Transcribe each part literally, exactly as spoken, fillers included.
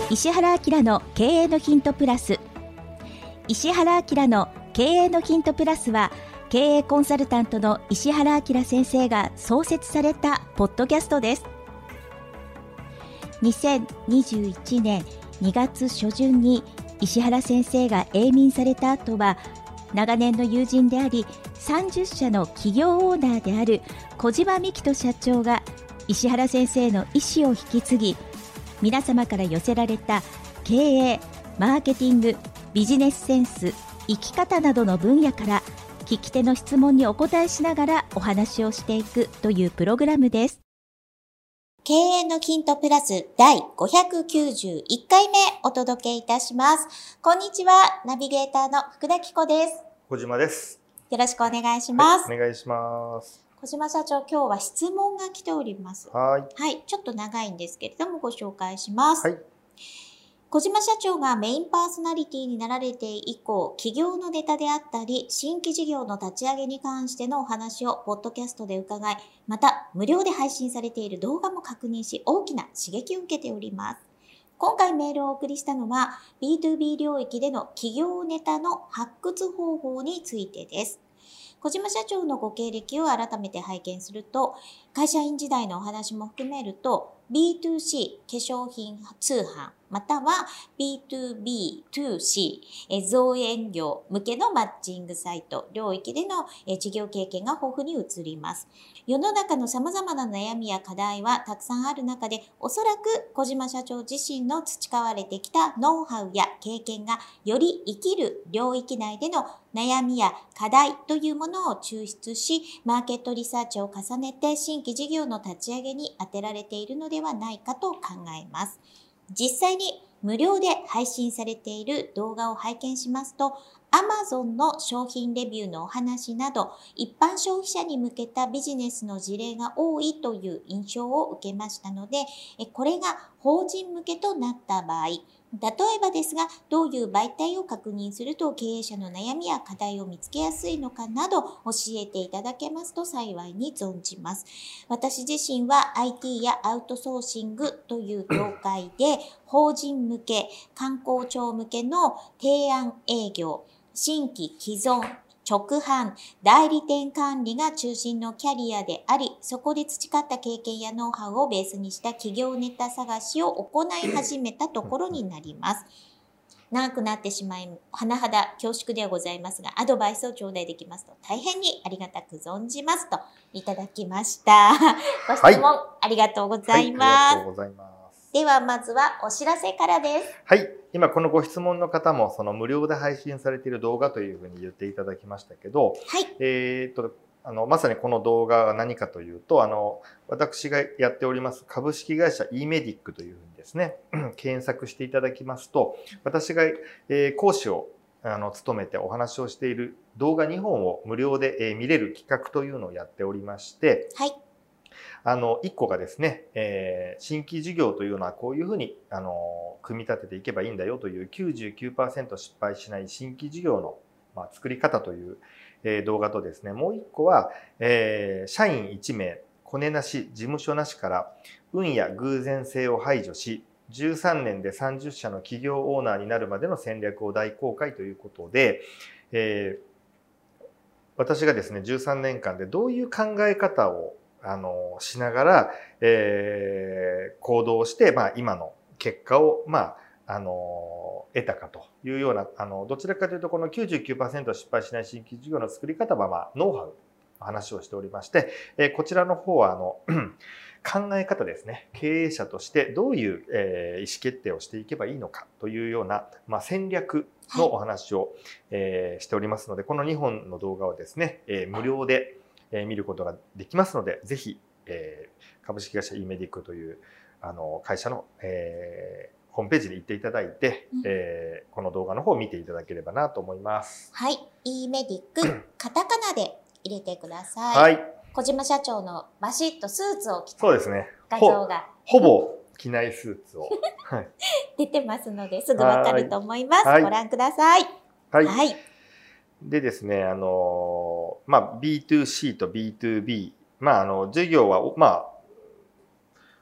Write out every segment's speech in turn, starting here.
石原明の経営のヒントプラス。石原明の経営のヒントプラスは、経営コンサルタントの石原明先生が創設されたポッドキャストです。にせんにじゅういちねんにがつしょじゅんに石原先生が永眠された後は、長年の友人でありさんじゅっしゃの企業オーナーである小島幹人社長が石原先生の遺志を引き継ぎ、皆様から寄せられた経営、マーケティング、ビジネスセンス、生き方などの分野から聞き手の質問にお答えしながらお話をしていくというプログラムです。経営のヒントプラスだいごひゃくきゅうじゅういっかいめお届けいたします。こんにちは、ナビゲーターの福田紀子です。 小島です。 よろしくお願いします。 はい、お願いします。 小島社長、今日は質問が来ております。 はい。 はい、ちょっと長いんですけれどもご紹介します。 はい。 小島社長がメインパーソナリティになられて以降、企業のネタであったり、新規事業の立ち上げに関してのお話をポッドキャストで伺い、また無料で配信されている動画も確認し、大きな刺激を受けております。今回メールをお送りしたのは、ビーツービー 領域での企業ネタの発掘方法についてです。小島社長のご経歴を改めて拝見すると、会社員時代のお話も含めると、ビーツーシー 化粧品通販、または ビーツービーツーシー 造園業向けのマッチングサイト領域での事業経験が豊富に移ります。世の中の様々な悩みや課題はたくさんある中で、おそらく小島社長自身の培われてきたノウハウや経験がより生きる領域内での悩みや課題というものを抽出し、マーケットリサーチを重ねて新規事業の立ち上げに当てられているのではないかと考えます。実際に無料で配信されている動画を拝見しますと、Amazon の商品レビューのお話など、一般消費者に向けたビジネスの事例が多いという印象を受けましたので、これが法人向けとなった場合、例えばですが、どういう媒体を確認すると経営者の悩みや課題を見つけやすいのかなど教えていただけますと幸いに存じます。私自身は アイティー やアウトソーシングという業界で法人向け、観光庁向けの提案営業、新規既存、直販、代理店管理が中心のキャリアであり、そこで培った経験やノウハウをベースにした企業ネタ探しを行い始めたところになります。長くなってしまい、甚だ恐縮ではございますが、アドバイスを頂戴できますと大変にありがたく存じますといただきました。ご質問、はい、ありがとうございます。 はい、ありがとうございます。 ではまずはお知らせからです。 はい。今このご質問の方もその無料で配信されている動画というふうに言っていただきましたけど、 はい。 えー、っと、あの、まさにこの動画は何かというと、あの、私がやっております株式会社 イーメディック というふうにですね、検索していただきますと、私が、えー、講師をあの務めてお話をしている動画にほんを無料で、えー、見れる企画というのをやっておりまして、 はい。 あの、一個がですね、えー、新規事業というのはこういうふうに、あの、組み立てていけばいいんだよという きゅうじゅうきゅうパーセント 失敗しない新規事業の、まあ、作り方という、えー、動画とですね、もう一個は、えー、社員いちめい、コネなし、事務所なしから運や偶然性を排除し、じゅうさんねんでさんじゅっしゃの企業オーナーになるまでの戦略を大公開ということで、えー、私がですね、じゅうさんねんかんでどういう考え方をあの、しながら、えー、行動して、まあ、今の結果を、まあ、あの、得たかというような、あの、どちらかというと、この きゅうじゅうきゅうパーセント 失敗しない新規事業の作り方は、まあ、ノウハウの話をしておりまして、えー、こちらの方は、あの、考え方ですね。経営者としてどういう、えー、意思決定をしていけばいいのかというような、まあ、戦略のお話を、はい、えー、しておりますので、このにほんの動画をですね、えー、無料でえー、見ることができますので、ぜひ、えー、株式会社 イーメディック というあの会社の、えー、ホームページに行っていただいて、うん、えー、この動画の方を見ていただければなと思います。 はい。イーメディック、カタカナで入れてください。 はい。 小島社長のバシッとスーツを着たそうですね。 画像が。 ほ, ほぼ着ないスーツを。 はい、出てますので、すぐわかると思います。ご覧ください。 はい。はい。でですね、あの、まあ、ビーツーシー と ビーツービー、まあ、あの、事業は、まあ、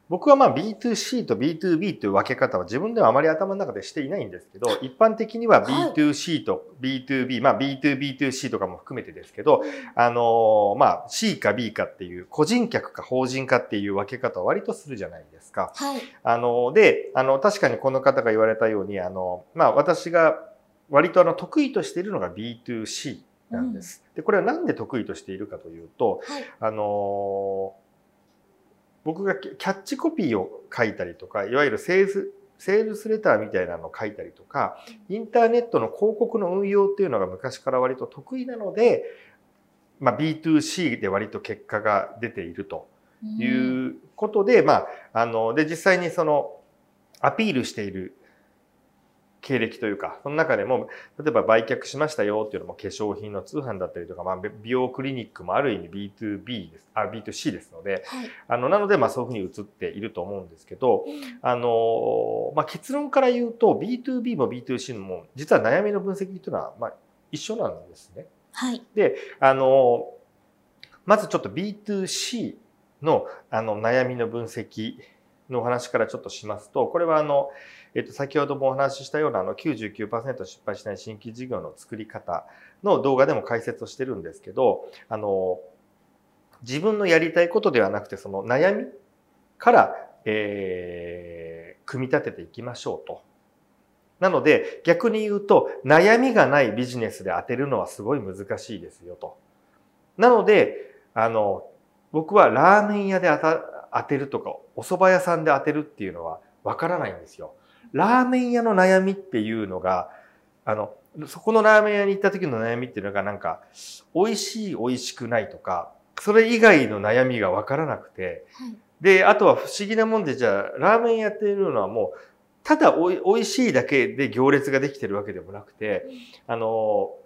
僕はまあ ビーツーシー と ビーツービー という分け方は自分ではあまり頭の中でしていないんですけど、一般的には ビーツーシー と ビーツービー、まあ ビーツービーツーシー とかも含めてですけど、あの、まあ C か B かっていう個人客か法人かっていう分け方を割とするじゃないですか。 はい。 あの、で、あの、確かにこの方が言われたように、あの、まあ私が割とあの得意としているのが ビーツーシー なんです。うん、で、これはなんで得意としているかというと、はい、あの、僕がキャッチコピーを書いたりとか、いわゆるセールス、セールスレターみたいなのを書いたりとか、インターネットの広告の運用っていうのが昔から割と得意なので、まあ、ビーツーシー で割と結果が出ているということで、うん、まあ、あの、で、実際にその、アピールしている経歴というか、その中でも、例えば売却しましたよっていうのも化粧品の通販だったりとか、まあ、美容クリニックもある意味 ビーツービー です、あ、ビーツーシー ですので、はい、あの、なので、まあそういうふうに映っていると思うんですけど、うん、あの、まあ結論から言うと ビーツービー も ビーツーシー も実は悩みの分析というのは、まあ一緒なんですね。 はい。 で、あの、まずちょっと ビーツーシー のあの悩みの分析のお話からちょっとしますと、これはあの、えっと、先ほどもお話ししたようなあの きゅうじゅうきゅうパーセント 失敗しない新規事業の作り方の動画でも解説をしてるんですけど、あの、自分のやりたいことではなくて、その悩みから、えー、組み立てていきましょうと。なので、逆に言うと、悩みがないビジネスで当てるのはすごい難しいですよと。なので、あの、僕はラーメン屋で当た、当てるとか、お蕎麦屋さんで当てるっていうのはわからないんですよ。ラーメン屋の悩みっていうのが、あの、そこのラーメン屋に行った時の悩みっていうのがなんか、美味しい、美味しくないとか、それ以外の悩みがわからなくて、はい、で、あとは不思議なもんで、じゃあ、ラーメンやってるのはもう、ただおい、美味しいだけで行列ができてるわけでもなくて、あの、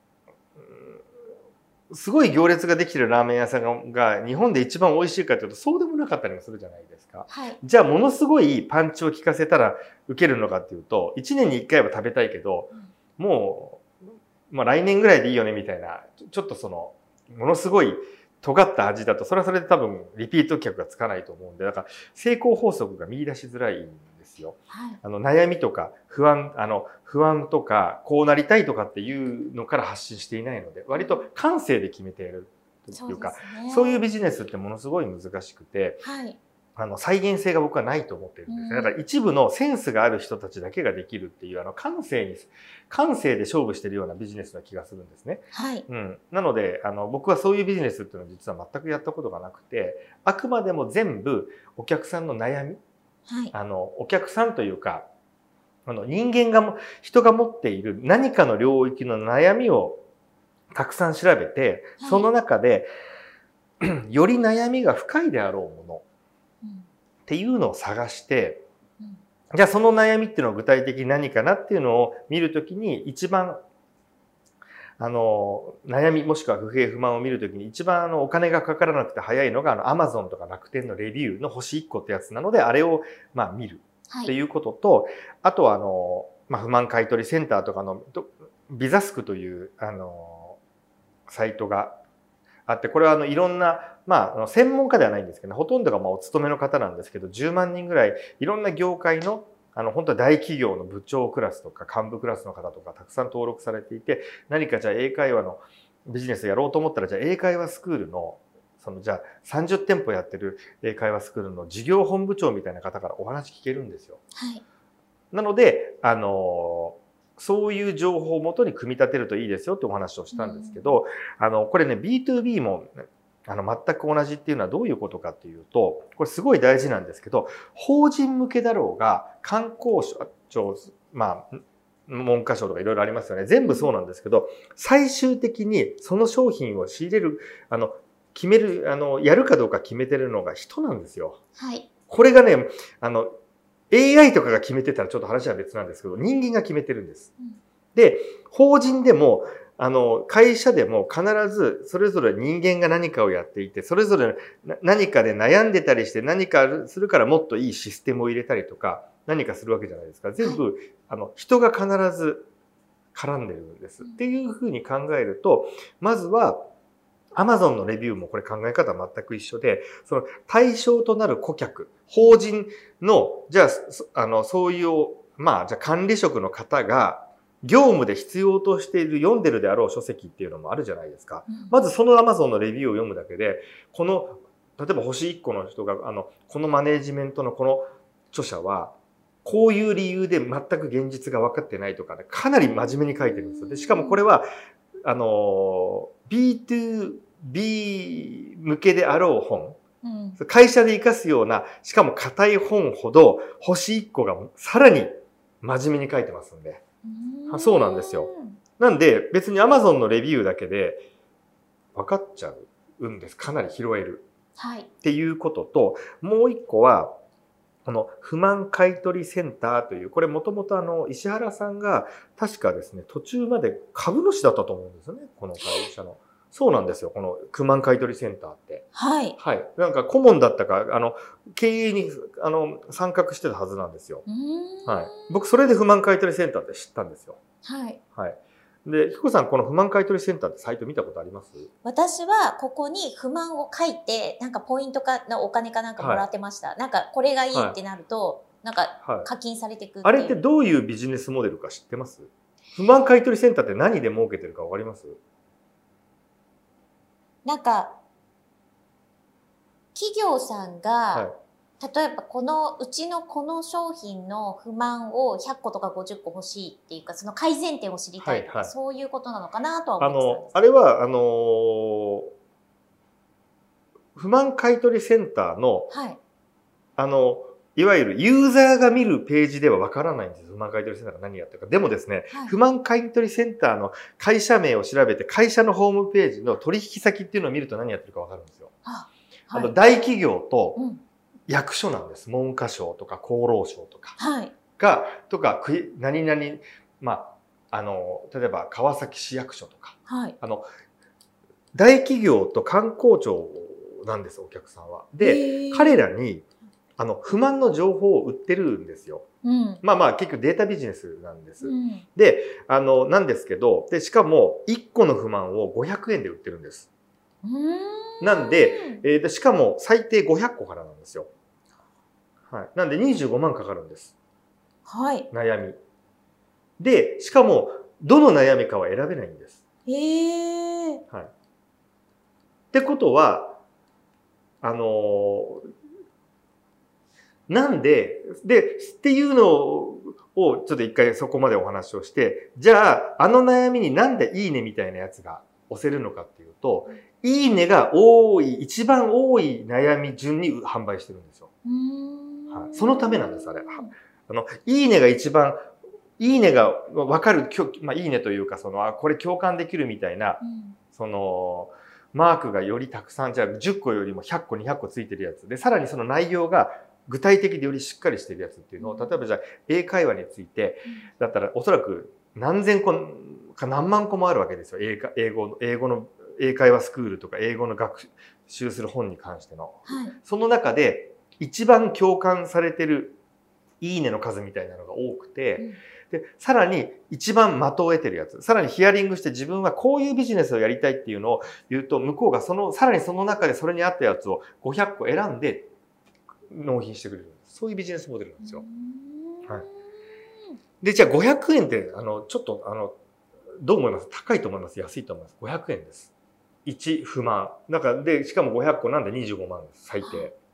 すごい行列ができてるラーメン屋さんが日本で一番美味しいかというとそうでもなかったりもするじゃないですか。はい、じゃあものすごいパンチを効かせたら受けるのかっていうといちねんにいっかいは食べたいけど、うん、もう、まあ、来年ぐらいでいいよねみたいなちょっとそのものすごい尖った味だとそれはそれで多分リピート客がつかないと思うんでだから成功法則が見出しづらいんですよ。はい、あの悩みとか不安あの不安とかこうなりたいとかっていうのから発信していないので割と感性で決めているというか そう、ね、そういうビジネスってものすごい難しくて、はい、あの再現性が僕はないと思っているんです。だから一部のセンスがある人たちだけができるっていうあの感性に感性で勝負しているようなビジネスな気がするんですね。はい、うん、なのであの僕はそういうビジネスっていうのは実は全くやったことがなくてあくまでも全部お客さんの悩み、はい、あのお客さんというかあの人間がも人が持っている何かの領域の悩みをたくさん調べて、はい、その中でより悩みが深いであろうものっていうのを探して、うん、じゃあその悩みっていうのは具体的に何かなっていうのを見るときに一番あの悩みもしくは不平不満を見るときに一番あのお金がかからなくて早いのがあの アマゾン とか楽天のレビューの星いっこってやつなのであれをまあ見る。っていうことと、はい、あとはあの、まあ、不満買取センターとかのビザスクというあのサイトがあって、これはあのいろんな、まあ、専門家ではないんですけど、ね、ほとんどがまあお勤めの方なんですけど、じゅうまんにんぐらいいろんな業界のあの本当は大企業の部長クラスとか幹部クラスの方とかたくさん登録されていて、何かじゃあ英会話のビジネスやろうと思ったら、じゃあ英会話スクールのそのじゃあさんじゅってんぽやってる英会話スクールの事業本部長みたいな方からお話聞けるんですよ。はい、なので、あの、そういう情報をもとに組み立てるといいですよってお話をしたんですけど、うん、あの、これね、ビーツービー もあの全く同じっていうのはどういうことかっていうと、これすごい大事なんですけど、法人向けだろうが、観光庁、まあ、文科省とかいろいろありますよね。全部そうなんですけど、最終的にその商品を仕入れる、あの、決める、あの、やるかどうか決めてるのが人なんですよ。はい。これがね、あの、エーアイ とかが決めてたらちょっと話は別なんですけど、人間が決めてるんです。うん、で、法人でも、あの、会社でも必ずそれぞれ人間が何かをやっていて、それぞれ何かで悩んでたりして何かするからもっといいシステムを入れたりとか、何かするわけじゃないですか。全部、はい、あの、人が必ず絡んでるんです。っていうふうに考えると、まずは、 アマゾンのレビューもこれ考え方は全く一緒で、その対象となる顧客、法人の、じゃあ、あの、そういう、まあ、じゃあ管理職の方が、業務で必要としている、読んでるであろう書籍っていうのもあるじゃないですか。うん、まずその Amazon のレビューを読むだけで、この、例えば星いっこの人が、あの、このマネージメントのこの著者は、こういう理由で全く現実が分かってないとかね、かなり真面目に書いてるんですよ。で、しかもこれは、あの、ビーツービー 向けであろう本、うん、会社で活かすような、しかも硬い本ほど、星いっこがさらに真面目に書いてますんで。うん、そうなんですよ。なんで、別に Amazon のレビューだけで分かっちゃうんです。かなり拾える。 はい。 っていうことと、もう一個は、この不満買取センターという、これもともとあの、石原さんが確かですね、途中まで株主だったと思うんですよね、この会社の。そうなんですよ、この不満買取センターって。 はい。 はい。なんか顧問だったか、あの、経営に、あの、参画してたはずなんですよ。はい。僕、それで不満買取センターって知ったんですよ。 はい。 はい。で、ひこさん、この不満買取センターってサイト見たことあります？ 私は、ここに不満を書いて、なんかポイントか、お金かなんかもらってました。はい、なんか、これがいいってなると、はい、なんか、課金されていくっていう、 はい。あれってどういうビジネスモデルか知ってます？不満買取センターって何で儲けてるかわかります？ なんか、企業さんが、はい、例えばこの、うちのこの商品の不満をひゃっことかごじゅっこ欲しいっていうか、その改善点を知りたいとか、はいはい、そういうことなのかなとは思ってたんです。あの、 あれは、あのー、不満買取センターの、はい、あの、いわゆるユーザーが見るページではわからないんです。不満買取センターが何やってるか。でもですね、はい、不満買取センターの会社名を調べて、会社のホームページの取引先っていうのを見ると何やってるかわかるんですよ。はあ、はい、あの大企業と役所なんです。文科省とか厚労省とかが、はい、とか、何々、まあ、あの、例えば川崎市役所とか、はい、あの、大企業と官公庁なんです、お客さんは。で、彼らに、あの、不満の情報を売ってるんですよ。うん、まあまあ、結局データビジネスなんです。うん、で、あの、なんですけど、で、しかも、いっこの不満をごひゃくえんで売ってるんです。うんなんで、えー、しかも最低ごひゃっこからなんですよ。はい。なんでにじゅうごまんかかるんです。 はい。 悩み。で、しかも、どの悩みかは選べないんです。 へー。 はい。ってことは、あのー、なんで、で、っていうのをちょっと一回そこまでお話をして、じゃあ、あの悩みになんでいいねみたいなやつが押せるのかっていうと、いいねが多い、一番多い悩み順に販売してるんですよ。はい、そのためなんです、あれ。あの、いいねが一番、いいねがわかる、まあ、いいねというか、その、あ、これ共感できるみたいな、うん、その、マークがよりたくさん、じゃあじゅっこよりもひゃっこ、にひゃっこついてるやつ。で、さらにその内容が具体的でよりしっかりしてるやつっていうのを、例えばじゃあ英会話について、だったらおそらく何千個か何万個もあるわけですよ。英英語の、英語の、英会話スクールとか英語の学習する本に関しての。はい、その中で一番共感されてるいいねの数みたいなのが多くて、うんで、さらに一番的を得てるやつ。さらにヒアリングして自分はこういうビジネスをやりたいっていうのを言うと、向こうがその、さらにその中でそれに合ったやつをごひゃっこ選んで納品してくれるんです。そういうビジネスモデルなんですよ。はい。で、じゃあごひゃくえんって、あの、ちょっと、あの、どう思います？高いと思います？安いと思います？ごひゃくえんです。いち不満。なんか、で、しかもごひゃっこなんでにじゅうごまんです。最低。 へ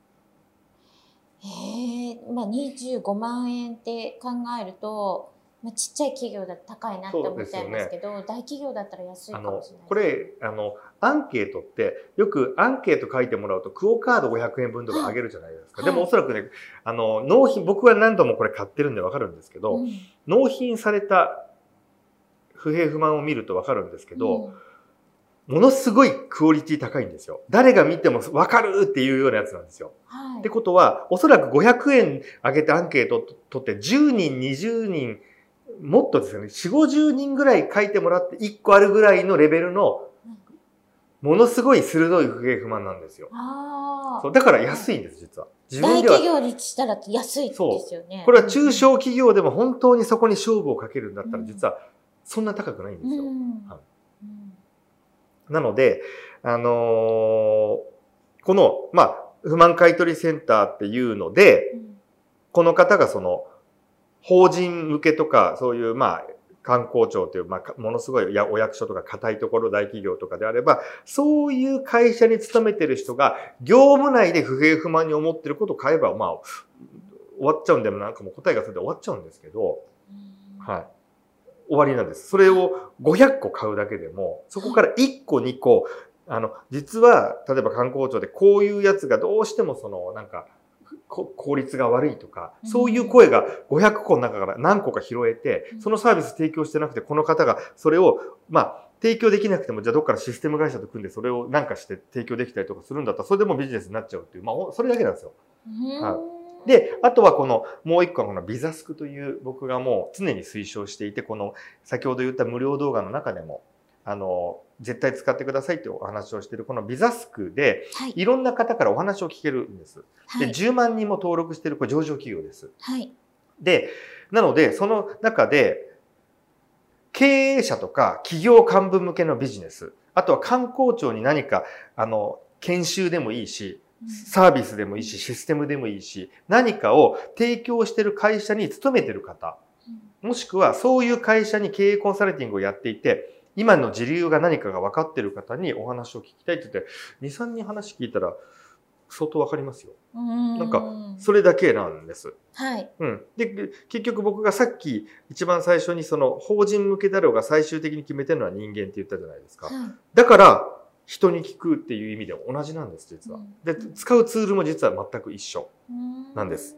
え、まあにじゅうごまんえんって考えると、まあ、ちっちゃい企業だと高いなって思っちゃいますけど、ね、大企業だったら安いかもしれない。 これ、あの、アンケートって、よくアンケート書いてもらうと、クオカードごひゃくえんぶんとかあげるじゃないですか。はい、でもおそらくね、あの、納品、僕は何度もこれ買ってるんでわかるんですけど、うん、納品された不平不満を見るとわかるんですけど、うん、ものすごいクオリティ高いんですよ。誰が見てもわかるっていうようなやつなんですよ。はい、ってことは、おそらくごひゃくえんあげてアンケートを取ってじゅうにん、にじゅうにん、もっとですよね、よんじゅう、ごじゅうにんぐらい書いてもらっていっこあるぐらいのレベルの、ものすごい鋭い不平不満なんですよ。あそうだから安いんです、実は。 自分では。大企業にしたら安いですよね。 これは中小企業でも本当にそこに勝負をかけるんだったら、実はそんな高くないんですよ。うんはい、 なので、あのーこの、まあ、不満買取センターっていうので、うん、この方がその、法人向けとか、そういう、まあ、観光庁という、まあ、ものすごいやお役所とか固いところ大企業とかであれば、そういう会社に勤めてる人が業務内で不平不満に思ってることを買えば、まあ、終わっちゃうんでもなんかもう答えがそれで終わっちゃうんですけど、はい。終わりなんです。それをごひゃっこ買うだけでも、そこからいっこにこ、あの、実は、例えば観光庁でこういうやつがどうしてもその、なんか、効率が悪いとか、そういう声がごひゃっこの中から何個か拾えて、そのサービス提供してなくて、この方がそれを、まあ、提供できなくても、じゃあどっかのシステム会社と組んでそれを何かして提供できたりとかするんだったら、それでもビジネスになっちゃうっていう、まあ、それだけなんですよ。はい、で、あとはこの、もう一個はこのビザスクという僕がもう常に推奨していて、この先ほど言った無料動画の中でも、あの、絶対使ってくださいってお話をしているこのビザスクで、はい、いろんな方からお話を聞けるんです。はい、で、じゅうまんにんも登録しているこれ上場企業です。はい、で、なので、その中で、経営者とか企業幹部向けのビジネス、あとは観光庁に何か、あの、研修でもいいし、サービスでもいいし、システムでもいいし、何かを提供している会社に勤めている方、もしくはそういう会社に経営コンサルティングをやっていて、今の時流が何かが分かっている方にお話を聞きたいって言って、に、さんにん話聞いたら相当分かりますよ。んなんか、それだけなんです。はい。うん。で、結局僕がさっき一番最初にその法人向けだろうが最終的に決めてるのは人間って言ったじゃないですか。はい、だから、人に聞くっていう意味でも同じなんです、実は。で、使うツールも実は全く一緒なんです。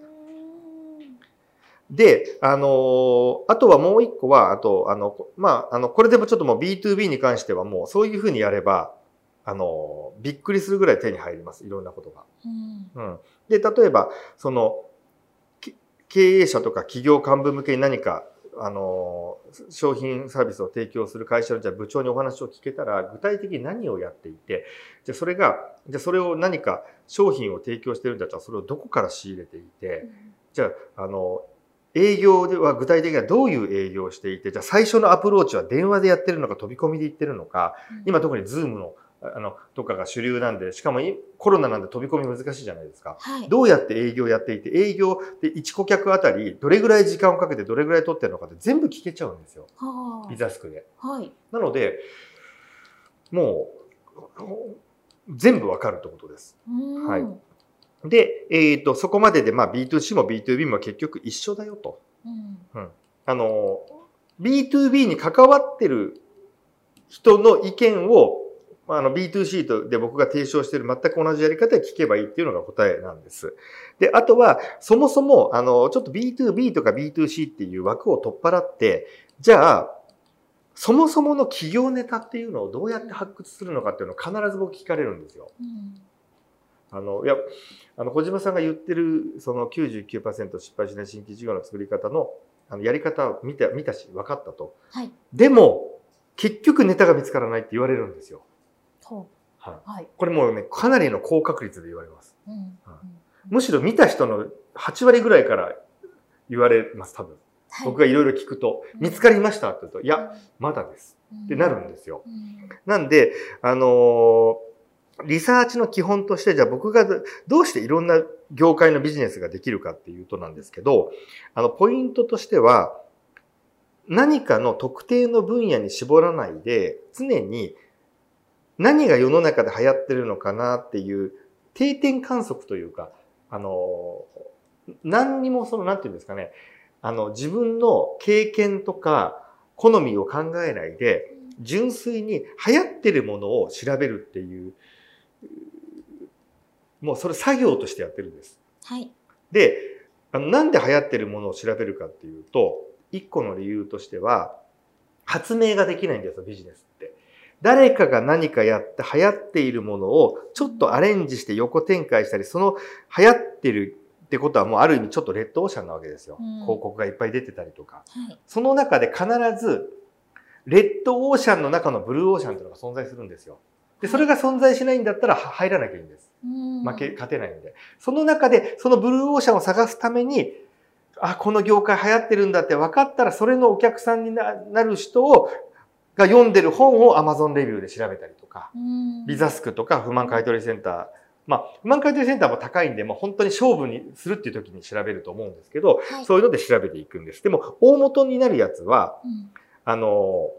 で、あのー、あとはもう一個は、あと、あの、まあ、あの、これでもちょっともう ビーツービー に関してはもうそういうふうにやれば、あのー、びっくりするぐらい手に入ります。いろんなことが。うん。うん、で、例えば、その、経営者とか企業幹部向けに何か、あのー、商品サービスを提供する会社のじゃあ部長にお話を聞けたら、具体的に何をやっていて、じゃあそれが、じゃあそれを何か商品を提供してるんだったら、それをどこから仕入れていて、じゃあ、あのー、営業では具体的にはどういう営業をしていて、じゃあ最初のアプローチは電話でやってるのか飛び込みで行ってるのか、今特にズームのあのとかが主流なんで、しかもコロナなんで飛び込み難しいじゃないですか。はい、どうやって営業やっていて、営業でいち顧客あたりどれぐらい時間をかけてどれぐらい取ってるのかって全部聞けちゃうんですよ。はあ、ビザスクで。はい、なので、もう全部わかるってことです。はい。で、えっと、そこまでで、まあ ビーツーシー も ビーツービー も結局一緒だよと。うんうん、あの、ビーツービー に関わってる人の意見を、あの ビーツーシー で僕が提唱している全く同じやり方で聞けばいいっていうのが答えなんです。で、あとは、そもそも、あの、ちょっと ビーツービー とか ビーツーシー っていう枠を取っ払って、じゃあ、そもそもの企業ネタっていうのをどうやって発掘するのかっていうのを必ず僕聞かれるんですよ。うんあの、いや、あの、小島さんが言ってる、その きゅうじゅうきゅうパーセント 失敗しない新規事業の作り方の、あの、やり方を見た、見たし、分かったと。はい。でも、結局ネタが見つからないって言われるんですよ。ほう。はい。これもうね、かなりの高確率で言われます。うん。うん、むしろ見た人のはちわりぐらいから言われます、多分。はい、僕がいろいろ聞くと、見つかりましたって言うと、いや、まだです。ってなるんですよ。うん、なんで、あのー、リサーチの基本として、じゃあ僕がどうしていろんな業界のビジネスができるかっていうとなんですけど、あの、ポイントとしては、何かの特定の分野に絞らないで、常に何が世の中で流行ってるのかなっていう定点観測というか、あの、何にもその、なんていうんですかね、あの、自分の経験とか好みを考えないで、純粋に流行ってるものを調べるっていう、もうそれ作業としてやってるんです。はい。で、あの、なんで流行ってるものを調べるかっていうと、一個の理由としては、発明ができないんですよ、ビジネスって。誰かが何かやって流行っているものをちょっとアレンジして横展開したり、その流行ってるってことはもうある意味ちょっとレッドオーシャンなわけですよ。うん、広告がいっぱい出てたりとか。はい、その中で必ず、レッドオーシャンの中のブルーオーシャンっていうのが存在するんですよ。で、それが存在しないんだったら入らなきゃいいんです。負け、勝てないんで。その中で、そのブルーオーシャンを探すために、あ、この業界流行ってるんだって分かったら、それのお客さんになる人を、 が読んでる本を Amazon レビューで調べたりとか、 うん、 ビザスクとか不満買取センター、まあ、不満買取センターも高いんで、もう本当に勝負にするっていう時に調べると思うんですけど、はい、そういうので調べていくんです。でも、大元になるやつは、うん、あの、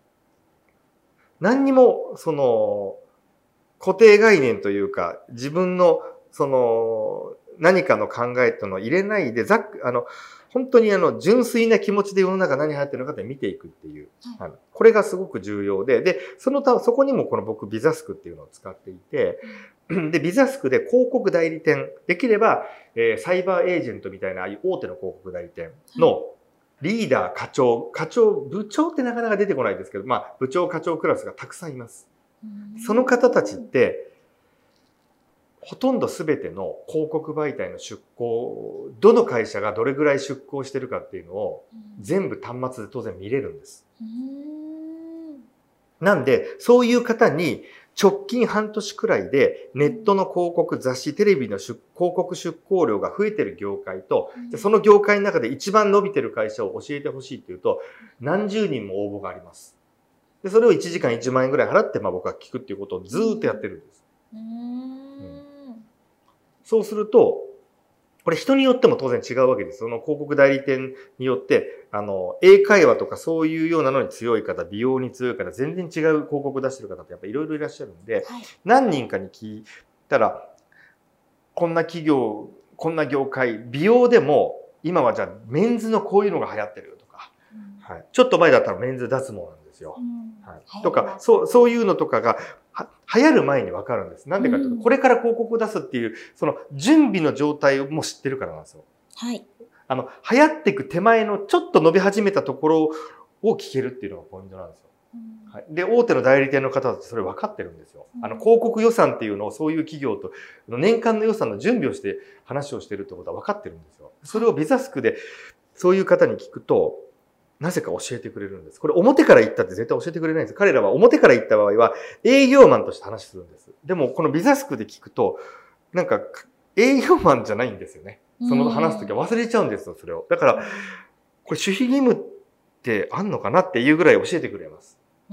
何にも、その、固定概念というか、自分の、その、何かの考えとの入れないで、ざっあの、本当にあの、純粋な気持ちで世の中何流行ってるのかって見ていくっていう。はい、これがすごく重要で、で、そのた、そこにもこの僕、ビザスクっていうのを使っていて、で、ビザスクで広告代理店、できれば、えー、サイバーエージェントみたいな、ああいう大手の広告代理店のリーダー、課長、課長、部長ってなかなか出てこないですけど、まあ、部長、課長クラスがたくさんいます。その方たちって、ほとんど全ての広告媒体の出稿、どの会社がどれぐらい出稿してるかっていうのを全部端末で当然見れるんです。なんで、そういう方に直近半年くらいでネットの広告、雑誌、テレビの出広告出稿量が増えてる業界と、その業界の中で一番伸びてる会社を教えてほしいっていうと、何十人も応募があります。で、それをいちじかんいちまんえんぐらい払って、まあ僕は聞くっていうことをずーっとやってるんです。そうすると、これ人によっても当然違うわけです。その広告代理店によって、あの、英会話とかそういうようなのに強い方、美容に強い方、全然違う広告出してる方ってやっぱいろいろいらっしゃるんで、はい、何人かに聞いたら、こんな企業、こんな業界、美容でも、今はじゃあメンズのこういうのが流行ってるよとか、うん、はい、ちょっと前だったらメンズ脱毛なんですよ。うん、はい、とか、そう、そういうのとかが、流行る前に分かるんです。なんでかというと、これから広告を出すっていう、その準備の状態をもう知ってるからなんですよ。はい。あの、流行っていく手前のちょっと伸び始めたところを聞けるっていうのがポイントなんですよ。うん、はい。で、大手の代理店の方ってそれ分かってるんですよ。うん、あの、広告予算っていうのをそういう企業と、年間の予算の準備をして話をしてるってことは分かってるんですよ。それをビザスクでそういう方に聞くと、なぜか教えてくれるんです。これ表から言ったって絶対教えてくれないんです。彼らは表から言った場合は営業マンとして話するんです。でもこのビザスクで聞くと、なんか営業マンじゃないんですよね。その話すときは忘れちゃうんですよ、それを。だから、これ守秘義務ってあんのかなっていうぐらい教えてくれます。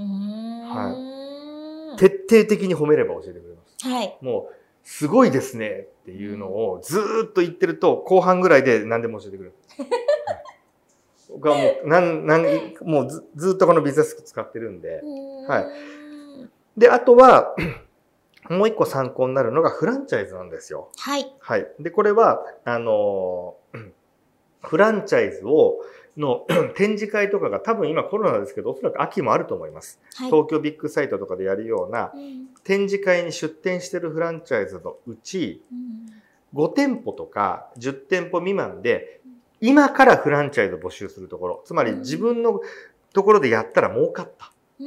はい。徹底的に褒めれば教えてくれます。はい。もう、すごいですねっていうのをずーっと言ってると、後半ぐらいで何でも教えてくれる。僕はもう、なん、なん、もうず、ずっとこのビザスク使ってるんで。はい。で、あとは、もう一個参考になるのがフランチャイズなんですよ。はい。はい。で、これは、あの、フランチャイズを、の展示会とかが多分今コロナですけど、おそらく秋もあると思います。はい、東京ビッグサイトとかでやるような、うん、展示会に出展してるフランチャイズのうち、うん、ごてんぽとかじゅってんぽ未満で、今からフランチャイズを募集するところ、つまり自分のところでやったら儲かった。うん、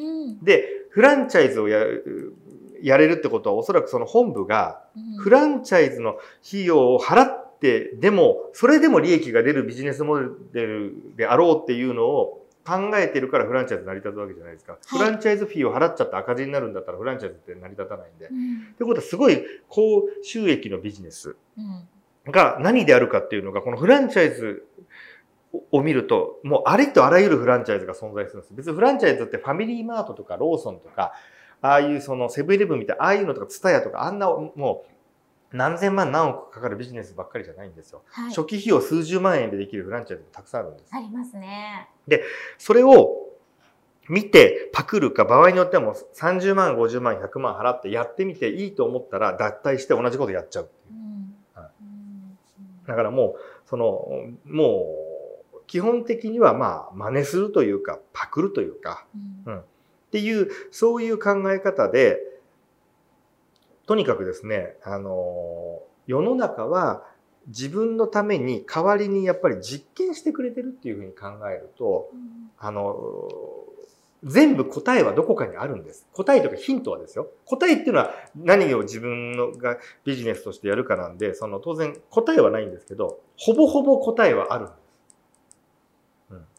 で、フランチャイズをやる、やれるってことはおそらくその本部が、フランチャイズの費用を払ってでも、それでも利益が出るビジネスモデルであろうっていうのを考えてるからフランチャイズ成り立つわけじゃないですか。はい、フランチャイズフィーを払っちゃって赤字になるんだったらフランチャイズって成り立たないんで。うん、ってことはすごい高収益のビジネス。うんが何であるかっていうのが、このフランチャイズを見ると、もうありとあらゆるフランチャイズが存在するんです。別にフランチャイズってファミリーマートとかローソンとか、ああいうそのセブンイレブンみたいな、ああいうのとかツタヤとか、あんなもう何千万何億かかるビジネスばっかりじゃないんですよ。はい、初期費用数十万円でできるフランチャイズもたくさんあるんです。 ありますね。 で、それを見てパクるか、場合によってはもうさんじゅうまん、ごじゅうまん、ひゃくまん払ってやってみていいと思ったら脱退して同じことやっちゃうっていう。うんだからもう、その、もう、基本的にはまあ、真似するというか、パクるというか、うん、うん、っていう、そういう考え方で、とにかくですね、あの、世の中は自分のために代わりにやっぱり実験してくれてるっていうふうに考えると、うん、あの、全部答えはどこかにあるんです。答えとかヒントはですよ。答えっていうのは何を自分のがビジネスとしてやるかなんで、その当然答えはないんですけど、ほぼほぼ答えはあるんです。うん、も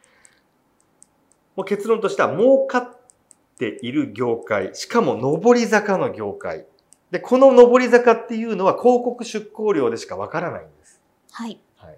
う結論としては儲かっている業界、しかも上り坂の業界。で、この上り坂っていうのは広告出稿料でしかわからないんです。はい。はい。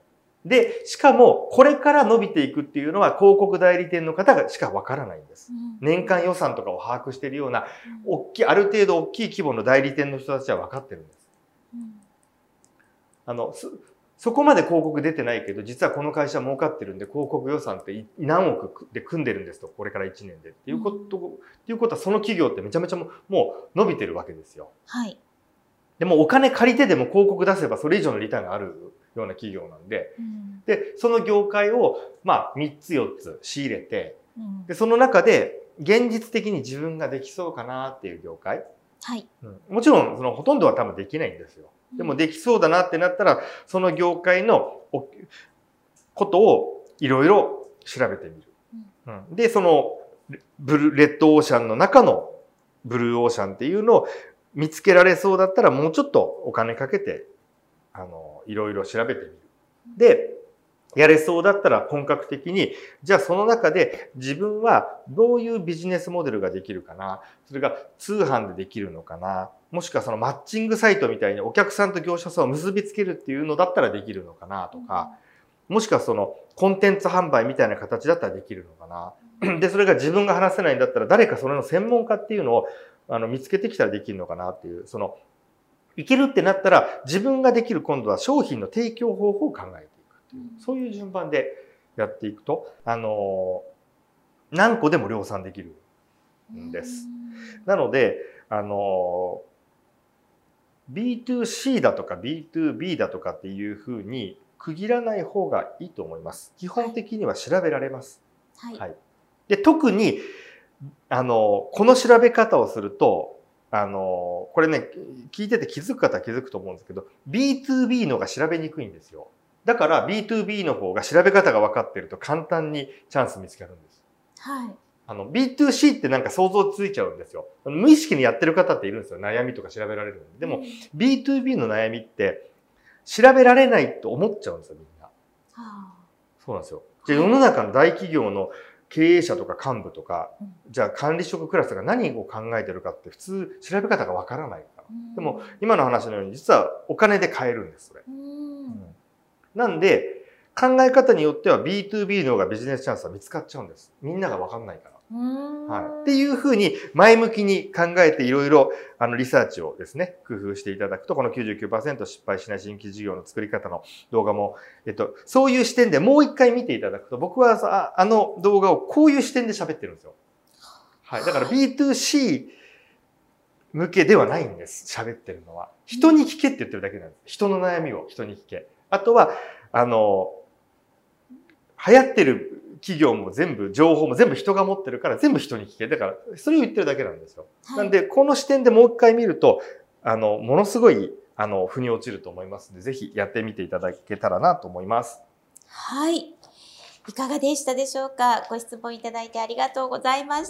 で、しかも、これから伸びていくっていうのは、広告代理店の方がしかわからないんです。うん、年間予算とかを把握しているような、大きい、ある程度大きい規模の代理店の人たちは分かってるんです。うん、あの、そ、そこまで広告出てないけど、実はこの会社儲かってるんで、広告予算って何億で組んでるんですと、これからいちねんで。っていうこと、うん、っていうことは、その企業ってめちゃめちゃもう伸びてるわけですよ。 はい。 でもお金借りてでも広告出せばそれ以上のリターンがあるような企業なんで、うん、で、その業界を、まあ、みっつよっつ仕入れて、うん、で、その中で現実的に自分ができそうかなっていう業界。 はい。 うん、もちろん、そのほとんどは多分できないんですよ。でもできそうだなってなったら、その業界のことをいろいろ調べてみる。うんうん、で、そのブルレッドオーシャンの中のブルーオーシャンっていうのを見つけられそうだったらもうちょっとお金かけて、あの、いろいろ調べてみる。で、やれそうだったら本格的に、じゃあその中で自分はどういうビジネスモデルができるかな、それが通販でできるのかな、もしくはそのマッチングサイトみたいにお客さんと業者さんを結びつけるっていうのだったらできるのかなとか、もしくはそのコンテンツ販売みたいな形だったらできるのかな。で、それが自分が話せないんだったら誰かそれの専門家っていうのをあの見つけてきたらできるのかなっていう、その、いけるってなったら自分ができる今度は商品の提供方法を考えていくっていう、そういう順番でやっていくと、あの、何個でも量産できるんです。なので、あの、ビーツーシー だとか ビーツービー だとかっていうふうに区切らない方がいいと思います。基本的には調べられます。 はい。 はい、で、特に、あの、この調べ方をすると、あの、これね、聞いてて気づく方は気づくと思うんですけど、ビーツービー のが調べにくいんですよ。だから ビーツービー の方が調べ方が分かってると簡単にチャンス見つけるんです。 はい。 あの、ビーツーシー ってなんか想像ついちゃうんですよ。無意識にやってる方っているんですよ。悩みとか調べられるんで。でも、うん、ビーツービー の悩みって調べられないと思っちゃうんですよ、みんな。はあ、そうなんですよ。じゃあ世の中の大企業の経営者とか幹部とか、じゃあ管理職クラスが何を考えてるかって普通調べ方がわからないから。でも今の話のように実はお金で買えるんです、それ。うん、なんで考え方によっては ビーツービー の方がビジネスチャンスは見つかっちゃうんです。みんながわかんないから。はい、っていうふうに前向きに考えていろいろあのリサーチをですね、工夫していただくと、この きゅうじゅうきゅうパーセント 失敗しない新規事業の作り方の動画も、えっと、そういう視点でもう一回見ていただくと、僕はああの動画をこういう視点で喋ってるんですよ。はい。だから ビーツーシー 向けではないんです。喋ってるのは。人に聞けって言ってるだけなんです。人の悩みを人に聞け。あとは、あの、流行ってる企業も全部、情報も全部人が持ってるから全部人に聞け。だから、それを言ってるだけなんですよ。はい、なんで、この視点でもう一回見ると、あの、ものすごい、あの、腑に落ちると思いますので、ぜひやってみていただけたらなと思います。 はい。いかがでしたでしょうか？ご質問いただいてありがとうございました。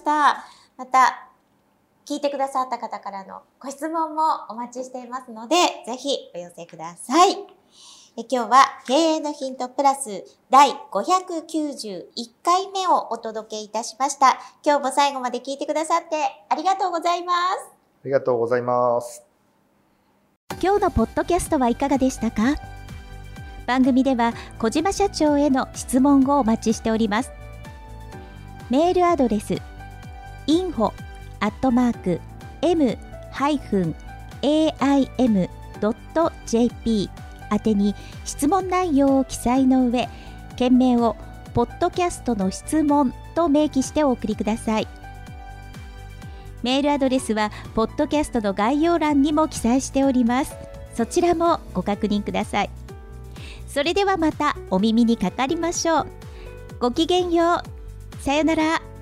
また、聞いてくださった方からのご質問もお待ちしていますので、ぜひお寄せください。え今日は経営のヒントプラスだいごひゃくきゅうじゅういっかいめをお届けいたしました。今日も最後まで聞いてくださってありがとうございます。 ありがとうございます。 今日のポッドキャストはいかがでしたか？番組では小島社長への質問をお待ちしております。メールアドレス インフォ アットマーク エム ハイフン エーアイエム ドット ジェーピー 宛てに質問内容を記載の上、件名をポッドキャストの質問と明記してお送りください。メールアドレスはポッドキャストの概要欄にも記載しております。そちらもご確認ください。それではまたお耳にかかりましょう。ごきげんよう。さよなら。